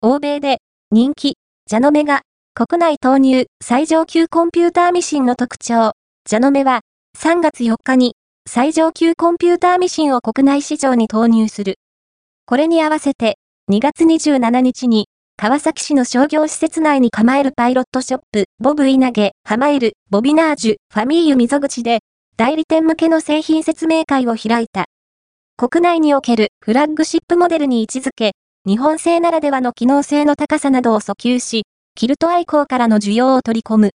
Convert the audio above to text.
欧米で人気、ジャノメが国内投入最上級コンピューターミシンの特徴。ジャノメは3月4日に最上級コンピューターミシンを国内市場に投入する。これに合わせて2月27日に川崎市の商業施設内に構えるパイロットショップ、ボブ稲毛、ハマイル、ボビナージュ、ファミーユ溝口で代理店向けの製品説明会を開いた。国内におけるフラッグシップモデルに位置づけ、日本製ならではの機能性の高さなどを訴求し、キルト愛好からの需要を取り込む。